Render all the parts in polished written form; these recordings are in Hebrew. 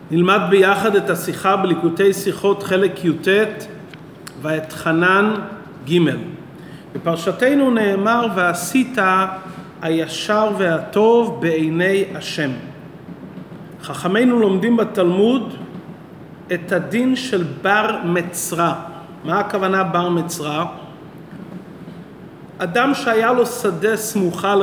נלמד ביחד את השיחה בליקוטי שיחות חלק י"ט ואת חנן ג'. בפרשתנו נאמר ועשית הישר והטוב בעיני השם. חכמינו לומדים בתלמוד את הדין של בר מצרה. מה הכוונה בר מצרה? אדם שהיה לו שדה סמוכה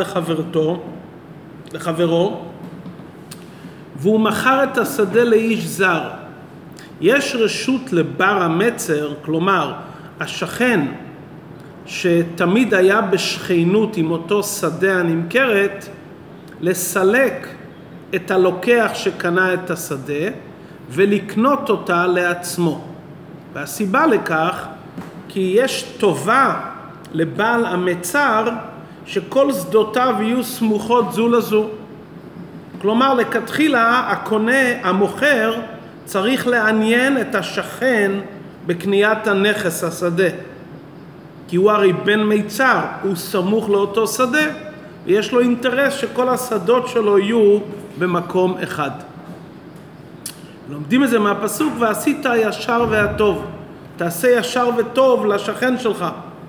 לחברו, והוא מכר את השדה לאיש זר. יש רשות לבר המצר, כלומר השכן שתמיד היה בשכנות עם אותו שדה הנמכרת, לסלק את הלוקח שקנה את השדה ולקנות אותה לעצמו. והסיבה לכך כי יש טובה לבעל המצר שכל שדותיו יהיו סמוכות זו לזו. כלומר, לכתחילה המוכר צריך לעניין את השכן בקניית הנכס השדה. כי הוא הרי בן מיצר, הוא סמוך לאותו שדה, ויש לו אינטרס שכל השדות שלו יהיו במקום אחד. לומדים את זה מהפסוק, ועשית הישר והטוב. תעשה ישר וטוב לשכן שלך.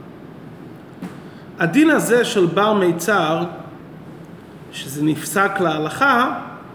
הדין הזה של בר מיצר, שזה נפסק להלכה,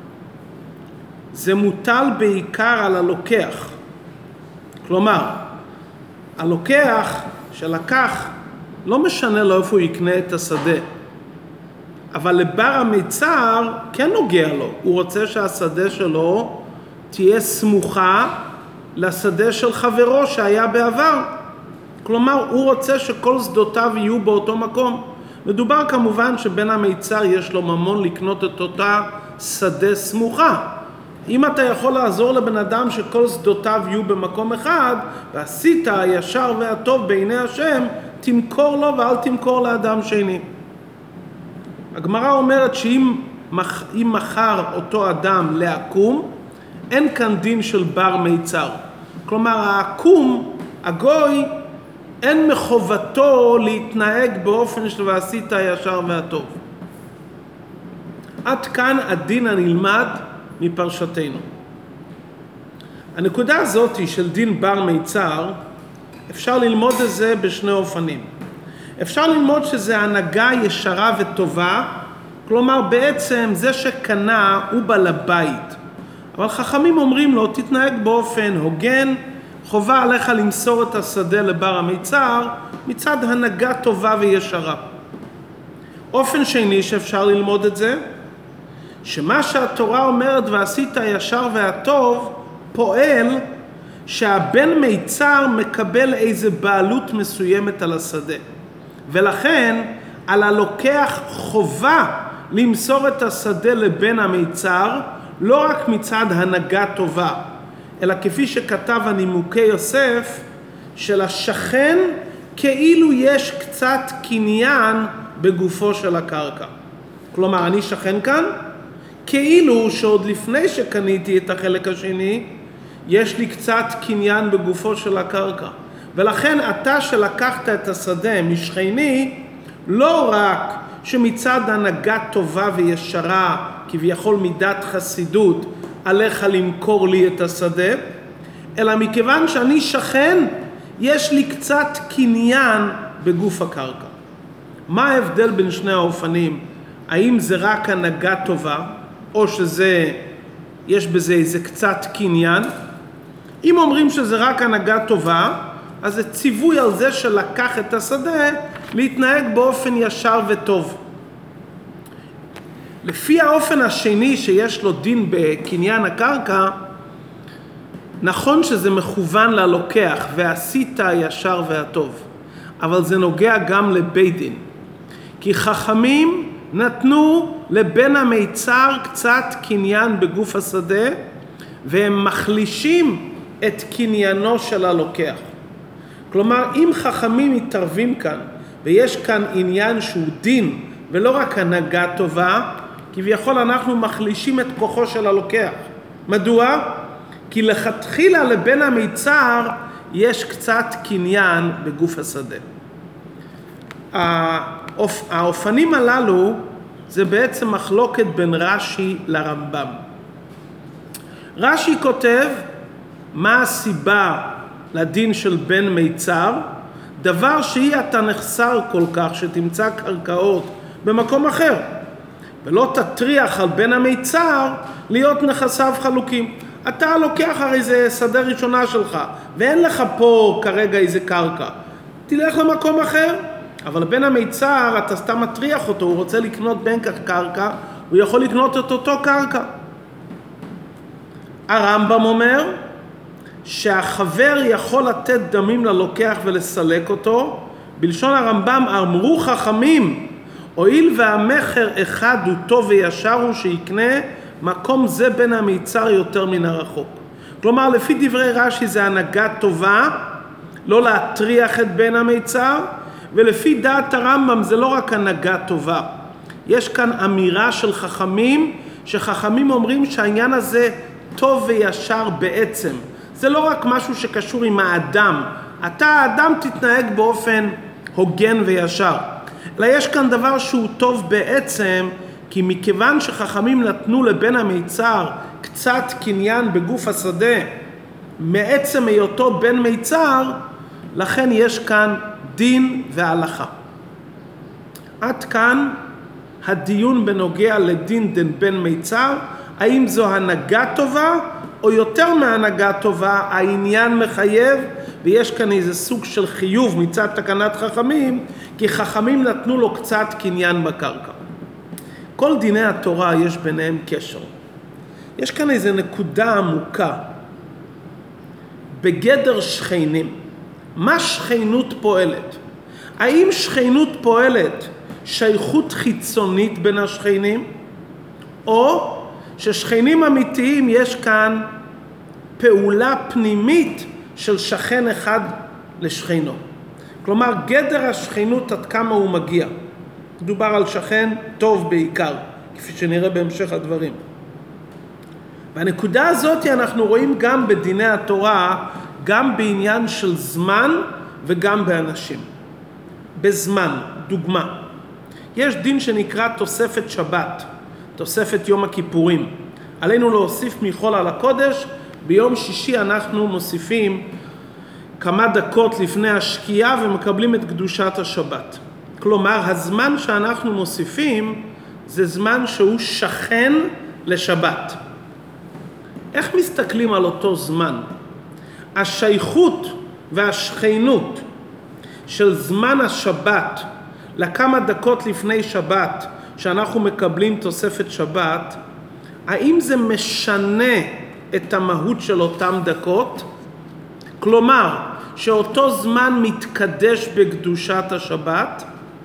זה מוטל בעיקר על הלוקח. כלומר, הלוקח שלקח, לא משנה לו איפה הוא יקנה את השדה. אבל לבר המיצר כן נוגע לו. הוא רוצה שהשדה שלו תהיה סמוכה לשדה של חברו שהיה בעבר. כלומר, הוא רוצה שכל שדותיו יהיו באותו מקום. מדובר כמובן שבן המיצר יש לו ממון לקנות את אותה שדה סמוכה. אם אתה יכול לעזור לבן אדם שכל שדותיו יהיו במקום אחד, ועשית הישר והטוב בעיני השם, תמכור לו ואל תמכור לאדם שני. הגמרא אומרת שאם מכר אותו אדם לעקום, אין כאן דין של בר מיצר. כלומר, העקום, הגוי, אין מחובתו להתנהג באופן של ועשית הישר והטוב. עד כאן הדין הנלמד מפרשתנו. הנקודה הזאת של דין בר מיצר, אפשר ללמוד את זה בשני אופנים. אפשר ללמוד שזה הנהגה ישרה וטובה, כלומר בעצם זה שקנה הוא בעל הבית. אבל חכמים אומרים לו, תתנהג באופן הוגן, חובה עליך למסור את השדה לבר המיצר מצד הנהגה טובה וישרה. אופן שני שאפשר ללמוד את זה, שמה שהתורה אומרת ועשית הישר והטוב, פועל שהבן מיצר מקבל איזה בעלות מסוימת על השדה. ולכן על הלוקח חובה למסור את השדה לבן המיצר, לא רק מצד הנהגה טובה, אלא כפי שכתב הנימוקי יוסף, של השכן כאילו יש קצת קניין בגופו של הקרקע. כלומר, אני שכן כאן, כאילו שעוד לפני שקניתי את החלק השני, יש לי קצת קניין בגופו של הקרקע. ולכן אתה שלקחת את השדה משכני, לא רק שמצד הנהגה טובה וישרה, כביכול מידת חסידות, עליך למכור לי את השדה, אלא מכיוון שאני שכן, יש לי קצת קניין בגוף הקרקע. מה ההבדל בין שני האופנים? האם זה רק הנהגה טובה, או יש בזה איזה קצת קניין? אם אומרים שזה רק הנהגה טובה, אז זה ציווי על זה שלקח את השדה להתנהג באופן ישר וטוב. לפי האופן השני שיש לו דין בקניין הקרקע, נכון שזה מכוון ללוקח, ועשית הישר והטוב, אבל זה נוגע גם לבית דין. כי חכמים נתנו לבן המיצר קצת קניין בגוף השדה, והם מחלישים את קניינו של הלוקח. כלומר, אם חכמים מתערבים כאן, ויש כאן עניין שהוא דין, ולא רק הנהגה טובה, כביכול אנחנו מחלישים את כוחו של הלוקח. מדוע? כי לכתחילה לבן המיצר יש קצת קניין בגוף השדה. האופנים הללו זה בעצם מחלוקת בין רש"י לרמב"ם. רש"י כותב, מה הסיבה לדין של בן מיצר? דבר שהיא אתה נחסר כל כך שתמצא קרקעות במקום אחר, ולא תטריח על בן המיצר להיות נכסיו חלוקים. אתה לוקח הרי זה שדה ראשונה שלך, ואין לך פה כרגע איזה קרקע. תלך למקום אחר. אבל בן המיצר, אתה סתם מטריח אותו, הוא רוצה לקנות בין כך קרקע, הוא יכול לקנות את אותו קרקע. הרמב"ם אומר שהחבר יכול לתת דמים ללוקח ולסלק אותו. בלשון הרמב"ם, אמרו חכמים, הואיל והמחר אחד הוא טוב וישר הוא שיקנה מקום זה בין המיצר יותר מן הרחוק. כלומר, לפי דברי רש"י זה הנהגה טובה, לא להטריח את בין המיצר, ולפי דעת הרמב"ם זה לא רק הנהגה טובה. יש כאן אמירה של חכמים, שחכמים אומרים שהעניין הזה טוב וישר בעצם. זה לא רק משהו שקשור עם האדם. אתה האדם תתנהג באופן הוגן וישר. אלא יש כאן דבר שהוא טוב בעצם, כי מכיוון שחכמים נתנו לבן המיצר קצת קניין בגוף השדה, מעצם היותו בן מיצר, לכן יש כאן דין והלכה. עד כאן הדיון בנוגע לדין דן בן מיצר, האם זו הנהגה טובה, או יותר מהנהגה טובה, העניין מחייב, ויש כאן איזה סוג של חיוב מצד תקנת חכמים, כי חכמים נתנו לו קצת קניין בקרקע. כל דיני התורה יש ביניהם קשר. יש כאן איזה נקודה עמוקה, בגדר שכנים. מה שכנות פועלת? האם שכנות פועלת שייכות חיצונית בין השכנים, או ששכנים אמיתיים יש כאן פעולה פנימית של שכן אחד לשכנו? כלומר, גדר השכנות עד כמה הוא מגיע. מדובר על שכן טוב בעיקר, כפי שנראה בהמשך הדברים. והנקודה הזאת אנחנו רואים גם בדיני התורה, גם בעניין של זמן וגם באנשים. בזמן, דוגמה, יש דין שנקרא תוספת שבת, תוספת יום הכיפורים. עלינו להוסיף מחול על הקודש, ביום שישי אנחנו מוסיפים כמה דקות לפני השקיעה ומקבלים את קדושת השבת. כלומר, הזמן שאנחנו מוסיפים זה זמן שהוא שכן לשבת. איך מסתכלים על אותו זמן? השייכות והשכנות של זמן השבת לכמה דקות לפני שבת שאנחנו מקבלים תוספת שבת, האם זה משנה את המהות של אותם דקות? כלומר, שאותו זמן מתקדש בקדושת השבת,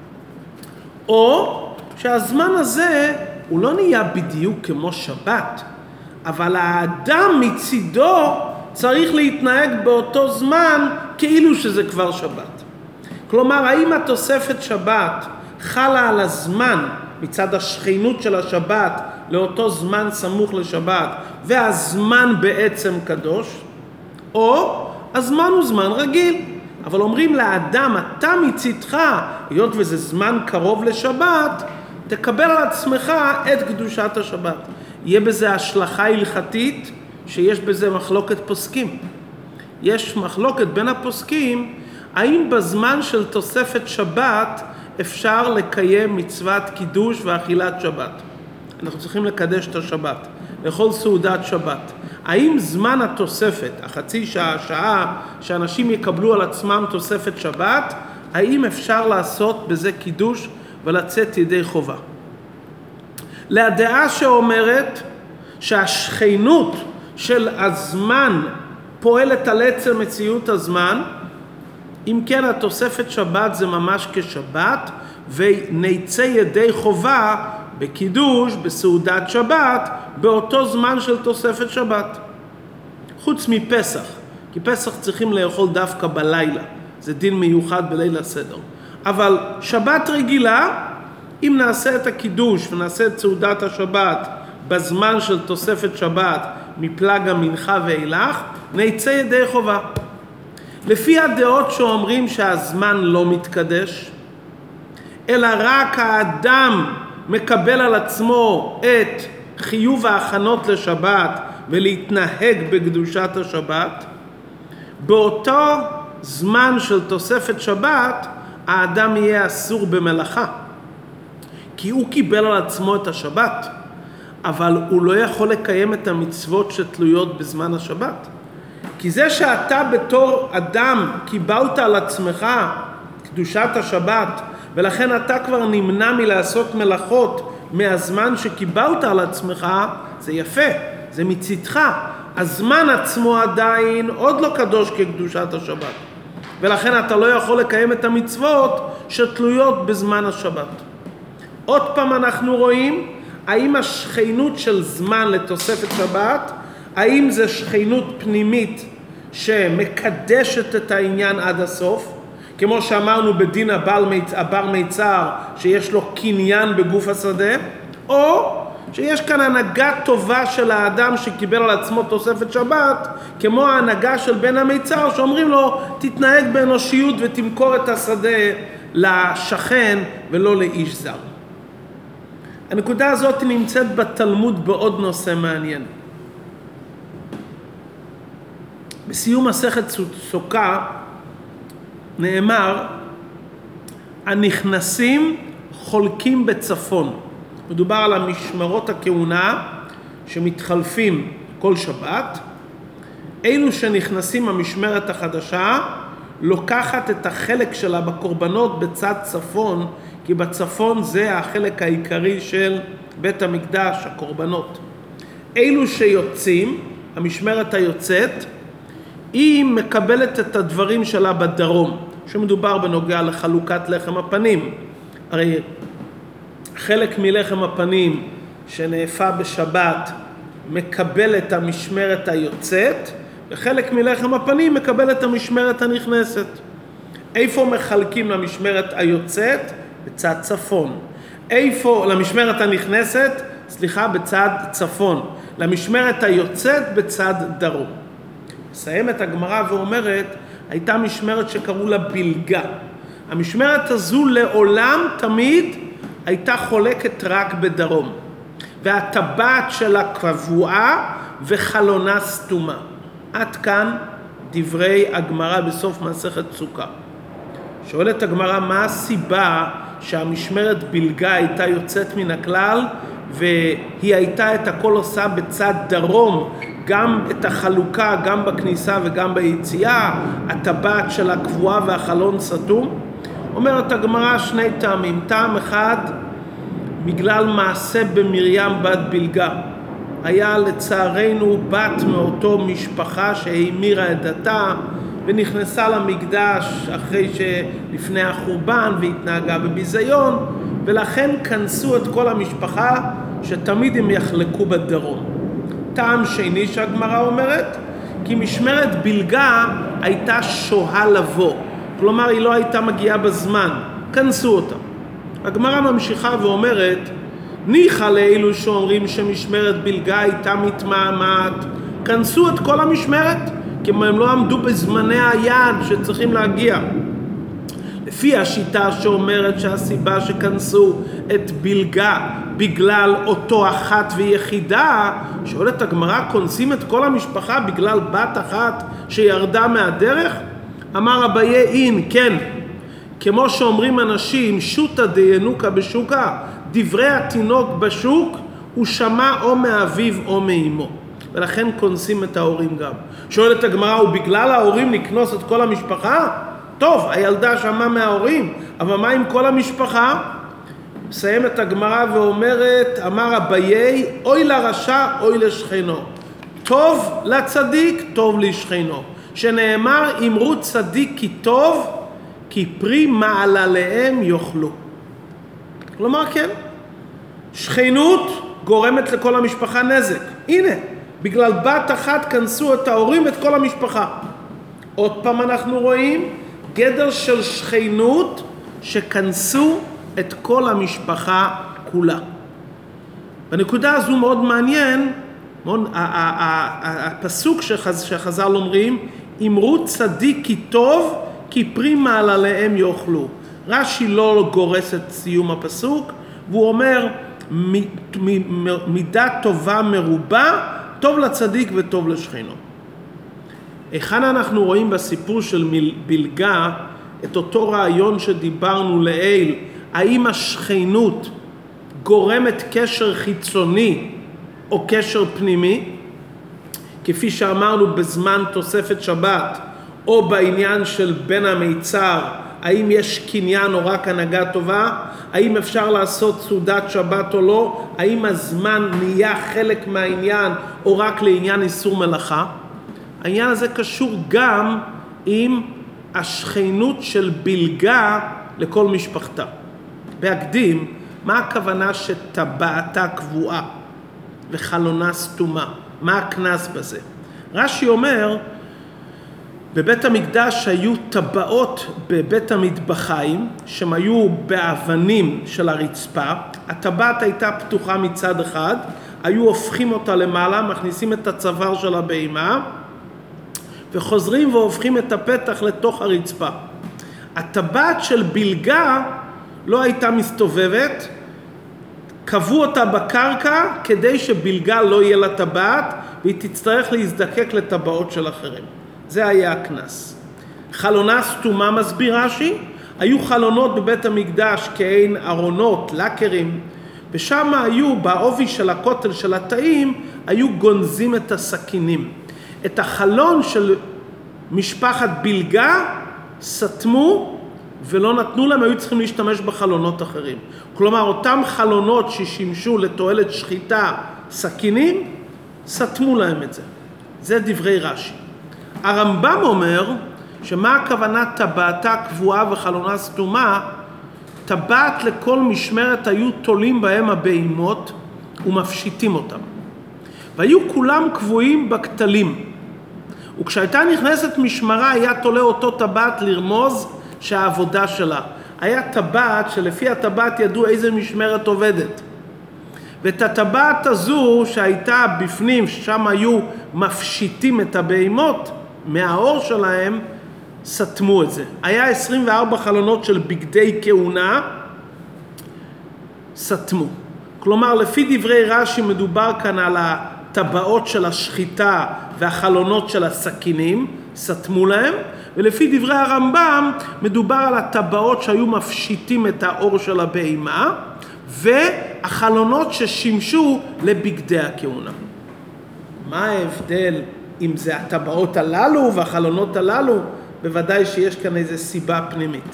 או שהזמן הזה הוא לא נהיה בדיוק כמו שבת, אבל האדם מצידו צריך להתנהג באותו זמן כאילו שזה כבר שבת. כלומר, האם התוספת שבת חלה על הזמן מצד השכנות של השבת לאותו זמן סמוך לשבת, והזמן בעצם קדוש, או הזמן הוא זמן רגיל. אבל אומרים לאדם, אתה מצידך, היות וזה זמן קרוב לשבת, תקבל על עצמך את קדושת השבת. יהיה בזה השלכה הלכתית, שיש בזה מחלוקת פוסקים. יש מחלוקת בין הפוסקים, האם בזמן של תוספת שבת אפשר לקיים מצוות קידוש ואכילת שבת. אנחנו צריכים לקדש את השבת, לאכול סעודת שבת. האם זמן התוספת, החצי שעה, שעה, שאנשים יקבלו על עצמם תוספת שבת, האם אפשר לעשות בזה קידוש ולצאת ידי חובה? לדעה שאומרת שהשכנות של הזמן פועלת על עצם מציאות הזמן, אם כן התוספת שבת זה ממש כשבת, ונצא ידי חובה בקידוש, בסעודת שבת, באותו זמן של תוספת שבת. חוץ מפסח, כי פסח צריכים לאכול דווקא בלילה, זה דין מיוחד בליל הסדר. אבל שבת רגילה, אם נעשה את הקידוש ונעשה את סעודת השבת בזמן של תוספת שבת מפלג המנחה ואילך, נצא ידי חובה. לפי הדעות שאומרים שהזמן לא מתקדש, אלא רק האדם מקבל על עצמו את חיוב ההכנות לשבת ולהתנהג בקדושת השבת, באותו זמן של תוספת שבת האדם יהיה אסור במלאכה, כי הוא קיבל על עצמו את השבת, אבל הוא לא יכול לקיים את המצוות שתלויות בזמן השבת. כי זה שאתה בתור אדם קיבלת על עצמך קדושת השבת, ולכן אתה כבר נמנע מלעשות מלאכות מהזמן שקיבלת על עצמך, זה יפה, זה מצדך. הזמן עצמו עדיין עוד לא קדוש כקדושת השבת, ולכן אתה לא יכול לקיים את המצוות שתלויות בזמן השבת. עוד פעם אנחנו רואים האם השכנות של זמן לתוספת שבת, האם זה שכנות פנימית שמקדשת את העניין עד הסוף, כמו שאמרנו בדין הבר מיצר שיש לו קניין בגוף השדה, או שיש כאן הנהגה טובה של האדם שקיבל על עצמו תוספת שבת, כמו ההנהגה של בן המיצר שאומרים לו תתנהג באנושיות ותמכור את השדה לשכן ולא לאיש זר. הנקודה הזאת נמצאת בתלמוד בעוד נושא מעניין. בסיום מסכת סוכה נאמר, הנכנסים חולקים בצפון. מדובר על המשמרות הכהונה שמתחלפים כל שבת. אלו שנכנסים המשמרת החדשה לוקחת את החלק שלה בקורבנות בצד צפון, כי בצפון זה החלק העיקרי של בית המקדש, הקורבנות. אלו שיוצאים, המשמרת היוצאת, היא מקבלת את הדברים שלה בדרום, שמדובר בנוגע לחלוקת לחם הפנים. הרי חלק מלחם הפנים שנאפה בשבת מקבל את המשמרת היוצאת, וחלק מלחם הפנים מקבל את המשמרת הנכנסת. איפה מחלקים למשמרת היוצאת? בצד צפון. איפה למשמרת הנכנסת? בצד צפון. למשמרת היוצאת בצד דרום. מסיימת הגמרא ואומרת, הייתה משמרת שקראו לה בלגה. המשמרת הזו לעולם תמיד הייתה חולקת רק בדרום, והטבעת שלה קבועה וחלונה סתומה. עד כאן דברי הגמרא בסוף מסכת סוכה. שואלת הגמרא, מה הסיבה שהמשמרת בלגה הייתה יוצאת מן הכלל, והיא הייתה את הכל עושה בצד דרום, גם את החלוקה, גם בכניסה וגם ביציאה, הטבעת שלה קבועה והחלון סתום? אומרת הגמרא שני טעמים. טעם אחד, בגלל מעשה במרים בת בלגה. היה לצערנו בת מאותו משפחה שהמירה את דתה ונכנסה למקדש אחרי שלפני החורבן והתנהגה בביזיון, ולכן כנסו את כל המשפחה שתמיד הם יחלקו בדרום. טעם שני שהגמרא אומרת, כי משמרת בלגה הייתה שוהה לבוא, כלומר היא לא הייתה מגיעה בזמן, כנסו אותה. הגמרא ממשיכה ואומרת, ניחא לאלו שאומרים שמשמרת בלגה הייתה מתמהמת, כנסו את כל המשמרת, כי הם לא עמדו בזמני היעד שצריכים להגיע. לפי השיטה שאומרת שהסיבה שכנסו את בלגה בגלל אותו אחת ויחידה, שואלת הגמרא, כונסים את כל המשפחה בגלל בת אחת שירדה מהדרך? אמר אביי אין, כן. כמו שאומרים אנשים, שוטה דיינוקה בשוקה, דברי התינוק בשוק, הוא שמע או מאביו או מאמו. ולכן כונסים את ההורים גם. שואלת הגמרא, ובגלל ההורים לקנוס את כל המשפחה? טוב, הילדה שמעה מההורים, אבל מה עם כל המשפחה? מסיימת הגמרא ואומרת, אמר אביי, אוי לרשע, אוי לשכנו. טוב לצדיק, טוב לשכנו. שנאמר, אמרו צדיק כי טוב, כי פרי מעלליהם יאכלו. כלומר, כן, שכנות גורמת לכל המשפחה נזק. הנה, בגלל בת אחת כנסו את ההורים ואת כל המשפחה. עוד פעם אנחנו רואים גדר של שכנות שכנסו את כל המשפחה כולה. בנקודה הזו מאוד מעניין, הפסוק שחז"ל אומרים, אמרו צדיק כי טוב, כי פרי מעלליהם יאכלו. רש"י לא גורס את סיום הפסוק, והוא אומר, מידה טובה מרובה טוב לצדיק וטוב לשכנו. היכן אנחנו רואים בסיפור של בלגה את אותו רעיון שדיברנו לעיל, האם השכנות גורמת קשר חיצוני או קשר פנימי, כפי שאמרנו בזמן תוספת שבת, או בעניין של בן המיצר, האם יש קניין או רק הנהגה טובה, האם אפשר לעשות סעודת שבת או לא, האם הזמן נהיה חלק מהעניין או רק לעניין איסור מלאכה. העניין הזה קשור גם עם השכנות של בלגה לכל משפחתה. בהקדים, מה הכוונה שטבעתה קבועה וחלונה סתומה? מה הכנס בזה? רש"י אומר, בבית המקדש היו טבעות בבית המטבחיים, שהם היו באבנים של הרצפה. הטבעת הייתה פתוחה מצד אחד, היו הופכים אותה למעלה, מכניסים את הצוואר של הבהמה, וחוזרים והופכים את הפתח לתוך הרצפה. הטבעת של בלגה לא הייתה מסתובבת, קבעו אותה בקרקע כדי שבלגה לא יהיה לה טבעת, והיא תצטרך להזדקק לטבעות של אחרים. זה היה הכנס. חלונה סתומה, מסביר רש"י, היו חלונות בבית המקדש כעין ארונות, לקרים, ושם היו, בעובי של הכותל של התאים, היו גונזים את הסכינים. את החלון של משפחת בלגה סתמו ולא נתנו להם, היו צריכים להשתמש בחלונות אחרים. כלומר, אותם חלונות ששימשו לתועלת שחיטה סכינים, סתמו להם את זה. זה דברי רש"י. הרמב"ם אומר שמה הכוונה טבעתה קבועה וחלונה סתומה? טבעת לכל משמרת היו תולים בהם הבהמות ומפשיטים אותם. והיו כולם קבועים בכתלים. וכשהייתה נכנסת משמרה היה תולה אותו טבעת לרמוז שהעבודה שלה. היה טבעת שלפי הטבעת ידעו איזה משמרת עובדת. ואת הטבעת הזו שהייתה בפנים, ששם היו מפשיטים את הבהמות, מהאור שלהם סתמו את זה. היה 24 חלונות של בגדי כהונה, סתמו. כלומר, לפי דברי רש"י מדובר כאן על הטבעות של השחיטה והחלונות של הסכינים, סתמו להם, ולפי דברי הרמב"ם מדובר על הטבעות שהיו מפשיטים את האור של הבהמה, והחלונות ששימשו לבגדי הכהונה. מה ההבדל אם זה הטבעות הללו והחלונות הללו? בוודאי שיש כאן איזו סיבה פנימית.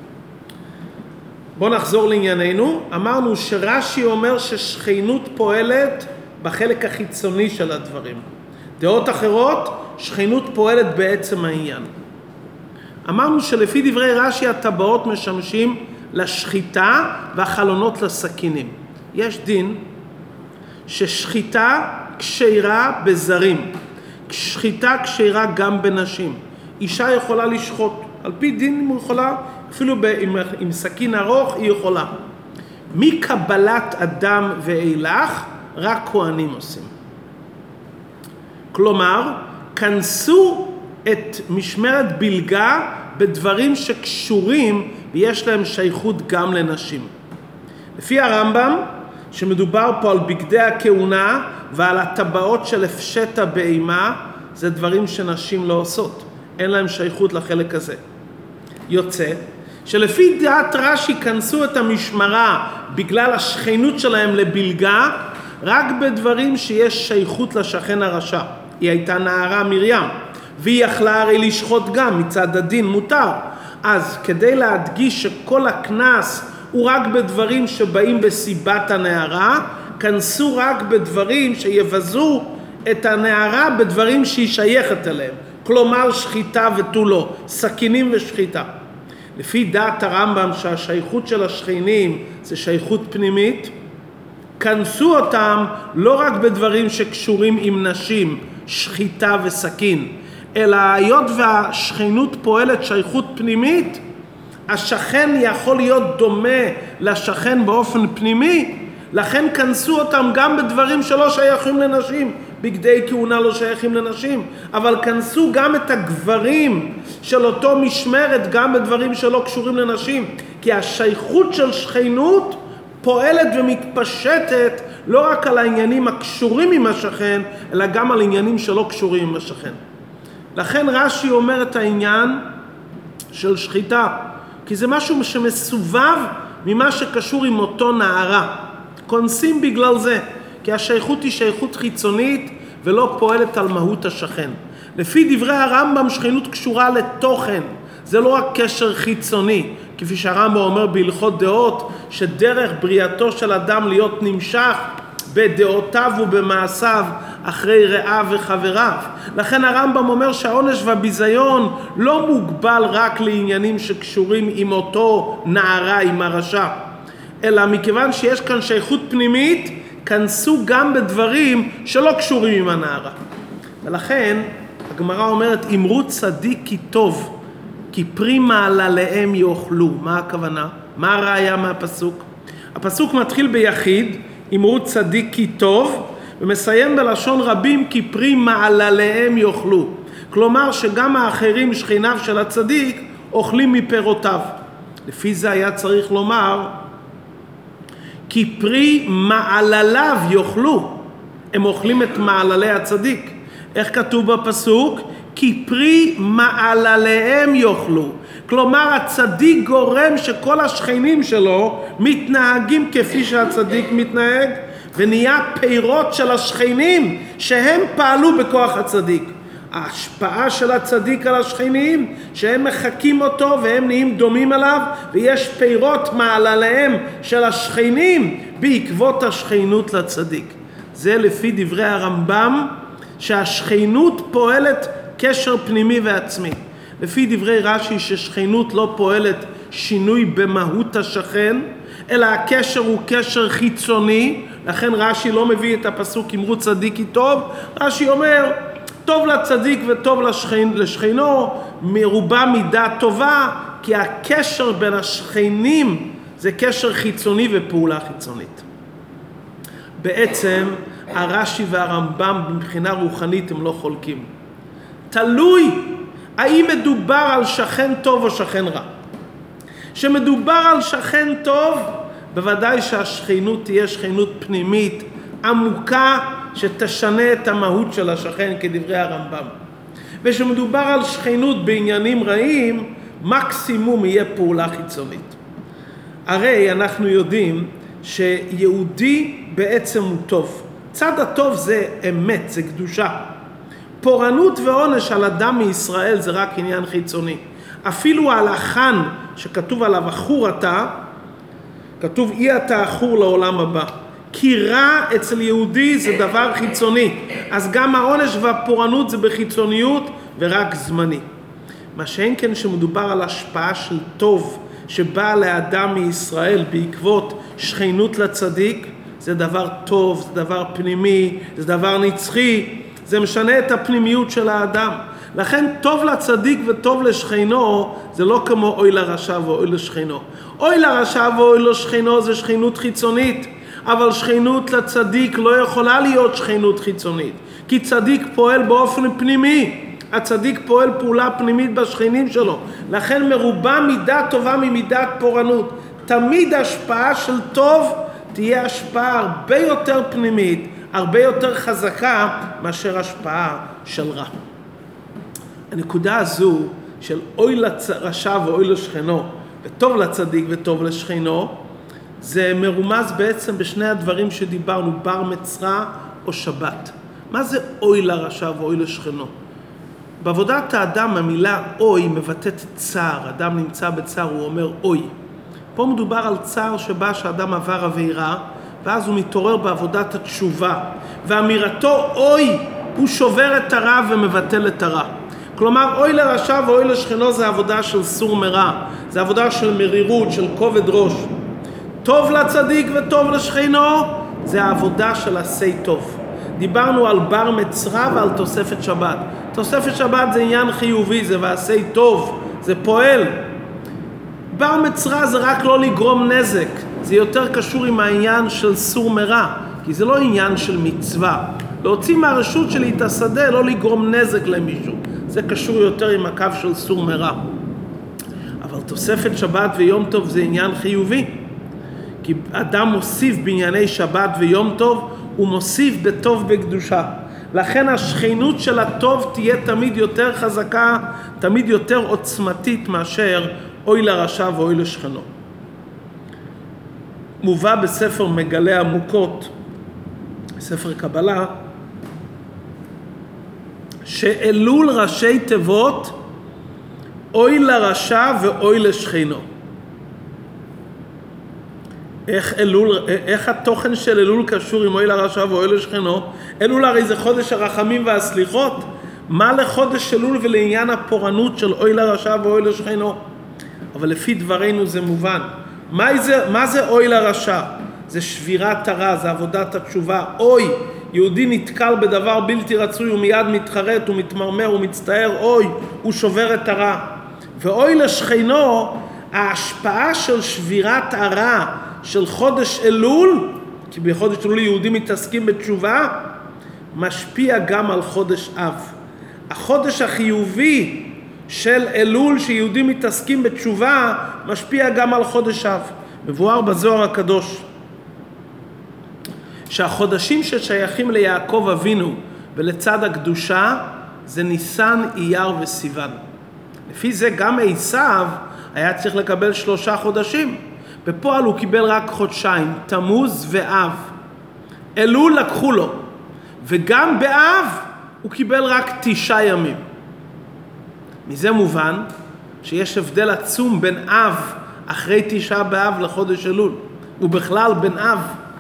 בואו נחזור לענייננו. אמרנו שרש"י אומר ששכנות פועלת בחלק החיצוני של הדברים. דעות אחרות, שכנות פועלת בעצם העניין. אמרנו שלפי דברי רש"י הטבעות משמשים לשחיטה והחלונות לסכינים. יש דין ששחיטה כשרה בזרים, שחיטה כשרה גם בנשים. אישה יכולה לשחוט, על פי דין היא יכולה, אפילו עם סכין ארוך היא יכולה. מקבלת אדם ואילך רק כהנים עושים. כלומר, כנסו את משמרת בלגה בדברים שקשורים ויש להם שייכות גם לנשים. לפי הרמב"ם, שמדובר פה על בגדי הכהונה ועל הטבעות של הפשט הבהמה, זה דברים שנשים לא עושות. אין להם שייכות לחלק הזה. יוצא שלפי דעת רש"י כנסו את המשמרה בגלל השכנות שלהם לבלגה, רק בדברים שיש שייכות לשכן הרשע. היא הייתה נערה מרים, והיא יכלה הרי לשחוט גם, מצד הדין מותר. אז כדי להדגיש שכל הכנס הוא רק בדברים שבאים בסיבת הנערה, כנסו רק בדברים שיבזו את הנערה בדברים שהיא שייכת אליהם. כלומר שחיטה ותו לא, סכינים ושחיטה. לפי דעת הרמב"ם שהשייכות של השכנים זה שייכות פנימית, כנסו אותם לא רק בדברים שקשורים עם נשים, שחיטה וסכין, אלא היות והשכנות פועלת שייכות פנימית, השכן יכול להיות דומה לשכן באופן פנימי, לכן כנסו אותם גם בדברים שלא שייכים לנשים. בגדי כהונה לא שייכים לנשים, אבל כנסו גם את הגברים של אותו משמרת גם בדברים שלא קשורים לנשים, כי השייכות של שכנות פועלת ומתפשטת לא רק על העניינים הקשורים עם השכן, אלא גם על עניינים שלא קשורים עם השכן. לכן רש"י אומר את העניין של שחיטה, כי זה משהו שמסובב ממה שקשור עם אותו נערה. כונסים בגלל זה, כי השייכות היא שייכות חיצונית ולא פועלת על מהות השכן. לפי דברי הרמב"ם שכנות קשורה לתוכן, זה לא רק קשר חיצוני, כפי שהרמב"ם אומר בהלכות דעות, שדרך בריאתו של אדם להיות נמשך בדעותיו ובמעשיו אחרי רעיו וחבריו. לכן הרמב"ם אומר שהעונש והביזיון לא מוגבל רק לעניינים שקשורים עם אותו נערה, עם הרשע, אלא מכיוון שיש כאן שייכות פנימית, כנסו גם בדברים שלא קשורים עם הנערה. ולכן הגמרא אומרת, אמרו צדיק כי טוב, כי פרי מעלליהם יאכלו. מה הכוונה? מה הראיה מהפסוק? הפסוק מתחיל ביחיד, אמרו צדיק כי טוב, ומסיים בלשון רבים, כי פרי מעלליהם יאכלו. כלומר שגם האחרים, שכניו של הצדיק, אוכלים מפירותיו. לפי זה היה צריך לומר, כי פרי מעלליו יאכלו. הם אוכלים את מעללי הצדיק. איך כתוב בפסוק? כי פרי מעלליהם יאכלו. כלומר הצדיק גורם שכל השכנים שלו מתנהגים כפי שהצדיק מתנהג, ונהיה פירות של השכנים שהם פעלו בכוח הצדיק. ההשפעה של הצדיק על השכנים, שהם מחקים אותו והם נהיים דומים אליו, ויש פירות מעלליהם של השכנים בעקבות השכנות לצדיק. זה לפי דברי הרמב"ם, שהשכנות פועלת קשר פנימי ועצמי. לפי דברי רש"י ששכנות לא פועלת שינוי במהות השכן, אלא הקשר הוא קשר חיצוני. לכן רש"י לא מביא את הפסוק אמרו צדיק כי טוב, רש"י אומר טוב לצדיק וטוב לשכנו, מרובה מידה טובה, כי הקשר בין השכנים זה קשר חיצוני ופעולה חיצונית. בעצם הרש"י והרמב"ם מבחינה רוחנית הם לא חולקים. תלוי האם מדובר על שכן טוב או שכן רע. שמדובר על שכן טוב, בוודאי שהשכנות תהיה שכנות פנימית עמוקה שתשנה את המהות של השכן כדברי הרמב"ם. ושמדובר על שכנות בעניינים רעים, מקסימום יהיה פעולה חיצונית. הרי אנחנו יודעים שיהודי בעצם הוא טוב. צד הטוב זה אמת, זה קדושה. פורענות ועונש על אדם מישראל זה רק עניין חיצוני. אפילו על החן שכתוב עליו אחור אתה, כתוב אי אתה אחור לעולם הבא. כי רע אצל יהודי זה דבר חיצוני, אז גם העונש והפורענות זה בחיצוניות ורק זמני. מה שאין כן שמדובר על השפעה של טוב שבאה לאדם מישראל בעקבות שכנות לצדיק, זה דבר טוב, זה דבר פנימי, זה דבר נצחי, זה משנה את הפנימיות של האדם. לכן טוב לצדיק וטוב לשכנו זה לא כמו אוי לרשע ואוי לשכנו. אוי לרשע ואוי לשכנו זה שכנות חיצונית, אבל שכנות לצדיק לא יכולה להיות שכנות חיצונית, כי צדיק פועל באופן פנימי. הצדיק פועל פעולה פנימית בשכנים שלו, לכן מרובה מידה טובה ממידת פורענות. תמיד השפעה של טוב תהיה השפעה הרבה יותר פנימית, הרבה יותר חזקה מאשר השפעה של רע. הנקודה הזו של אוי לרשע ואוי לשכנו וטוב לצדיק וטוב לשכנו, זה מרומז בעצם בשני הדברים שדיברנו, בר מצווה או שבת. מה זה אוי לרשע ואוי לשכנו? בעבודת האדם המילה אוי מבטאת צער. אדם נמצא בצער, הוא אומר אוי. פה מדובר על צער שבא שאדם עבר עבירה, ואז הוא מתעורר בעבודת התשובה. ואמירתו אוי, הוא שובר את הרע ומבטל את הרע. כלומר, אוי לרשע ואוי לשכנו זה עבודה של סור מרע. זה עבודה של מרירות, של כובד ראש. טוב לצדיק וטוב לשכנו, זה העבודה של עשי טוב. דיברנו על בר מצווה ועל תוספת שבת. תוספת שבת זה עניין חיובי, זה ועשי טוב, זה פועל. בר מצווה זה רק לא לגרום נזק, זה יותר קשור עם העניין של סור מרע, כי זה לא עניין של מצווה. להוציא מהרשות שלי את השדה, לא לגרום נזק למישהו, זה קשור יותר עם הקו של סור מרע. אבל תוספת שבת ויום טוב זה עניין חיובי, כי אדם מוסיף בענייני שבת ויום טוב, הוא מוסיף בטוב בקדושה. לכן השכנות של הטוב תהיה תמיד יותר חזקה, תמיד יותר עוצמתית מאשר אוי לרשע ואוי לשכנו. מובא בספר מגלה עמוקות, ספר קבלה, שאלול ראשי תיבות אוי לרשע ואוי לשכנו. איך התוכן של אלול קשור עם אוי לרשע ואוי לשכנו? אלול הרי זה חודש הרחמים והסליחות. מה לחודש אלול ולעניין הפורענות של אוי לרשע ואוי לשכנו? אבל לפי דברינו זה מובן. מה זה אוי לרשע? זה שבירת הרע, זה עבודת התשובה. אוי, יהודי נתקל בדבר בלתי רצוי, הוא מיד מתחרט, הוא מתמרמר, הוא מצטער, אוי, הוא שובר את הרע. ואוי לשכנו, ההשפעה של שבירת הרע של חודש אלול, כי בחודש אלול יהודים מתעסקים בתשובה, משפיע גם על חודש אב. החודש החיובי של אלול שיהודים מתעסקים בתשובה, משפיע גם על חודש אב. מבואר בזוהר הקדוש, שהחודשים ששייכים ליעקב אבינו ולצד הקדושה, זה ניסן, אייר וסיוון. לפי זה גם עשיו היה צריך לקבל 3 חודשים. בפועל הוא קיבל רק חודשיים, תמוז ואב. אלול לקחו לו, וגם באב הוא קיבל רק 9 ימים. מזה מובן שיש הבדל עצום בין אב אחרי 9 באב לחודש אלול, ובכלל בין אב.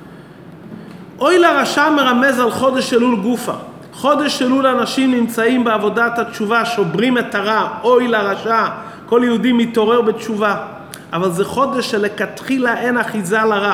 אוי לרשע מרמז על חודש אלול גופה. חודש אלול אנשים נמצאים בעבודת התשובה, שוברים את הרע, אוי לרשע, כל יהודי מתעורר בתשובה. אבל זה חודש שלכתחילה אין אחיזה לרע.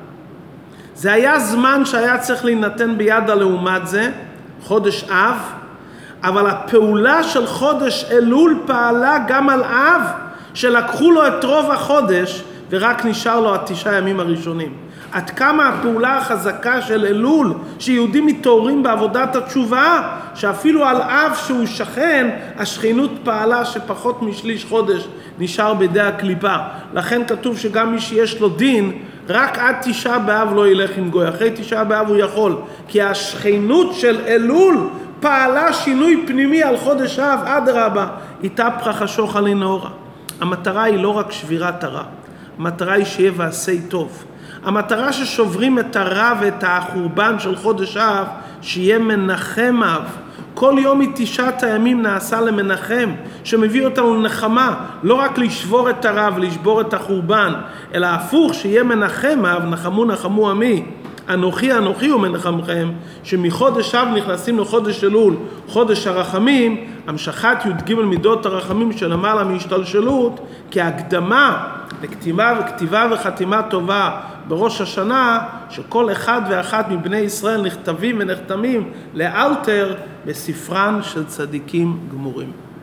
זה היה זמן שהיה צריך להינתן ביד הלעומת זה, חודש אב, אבל הפעולה של חודש אלול פעלה גם על אב, שלקחו לו את רוב החודש ורק נשאר לו 9 ימים הראשונים. עד כמה הפעולה החזקה של אלול, שיהודים מתעוררים בעבודת התשובה, שאפילו על אב שהוא שכן, השכינות פעלה שפחות משליש חודש נשאר בידי הקליפה. לכן כתוב שגם מי שיש לו דין, רק עד 9 באב לא ילך עם גוי, אחרי 9 באב הוא יכול. כי השכינות של אלול פעלה שינוי פנימי על חודש אב, אדרבה, התהפכה חשוך עלי נאורה. המטרה היא לא רק שבירת הרע, המטרה היא שיהיה ועשי טוב. המטרה ששוברים את הרע ואת החורבן של חודש אב, שיהיה מנחם אב. כל יום מ9 הימים נעשה למנחם, שמביא אותנו לנחמה, לא רק לשבור את הרע ולשבור את החורבן, אלא הפוך, שיהיה מנחם אב, נחמו נחמו עמי, אנוכי אנוכי ומנחמכם, שמחודש אב נכנסים לחודש אלול, חודש הרחמים, המשכת י"ג מידות הרחמים שלמעלה מהשתלשלות, כהקדמה לכתיבה וחתימה טובה בראש השנה, שכל אחד ואחת מבני ישראל נכתבים ונחתמים לאלתר בספרן של צדיקים גמורים.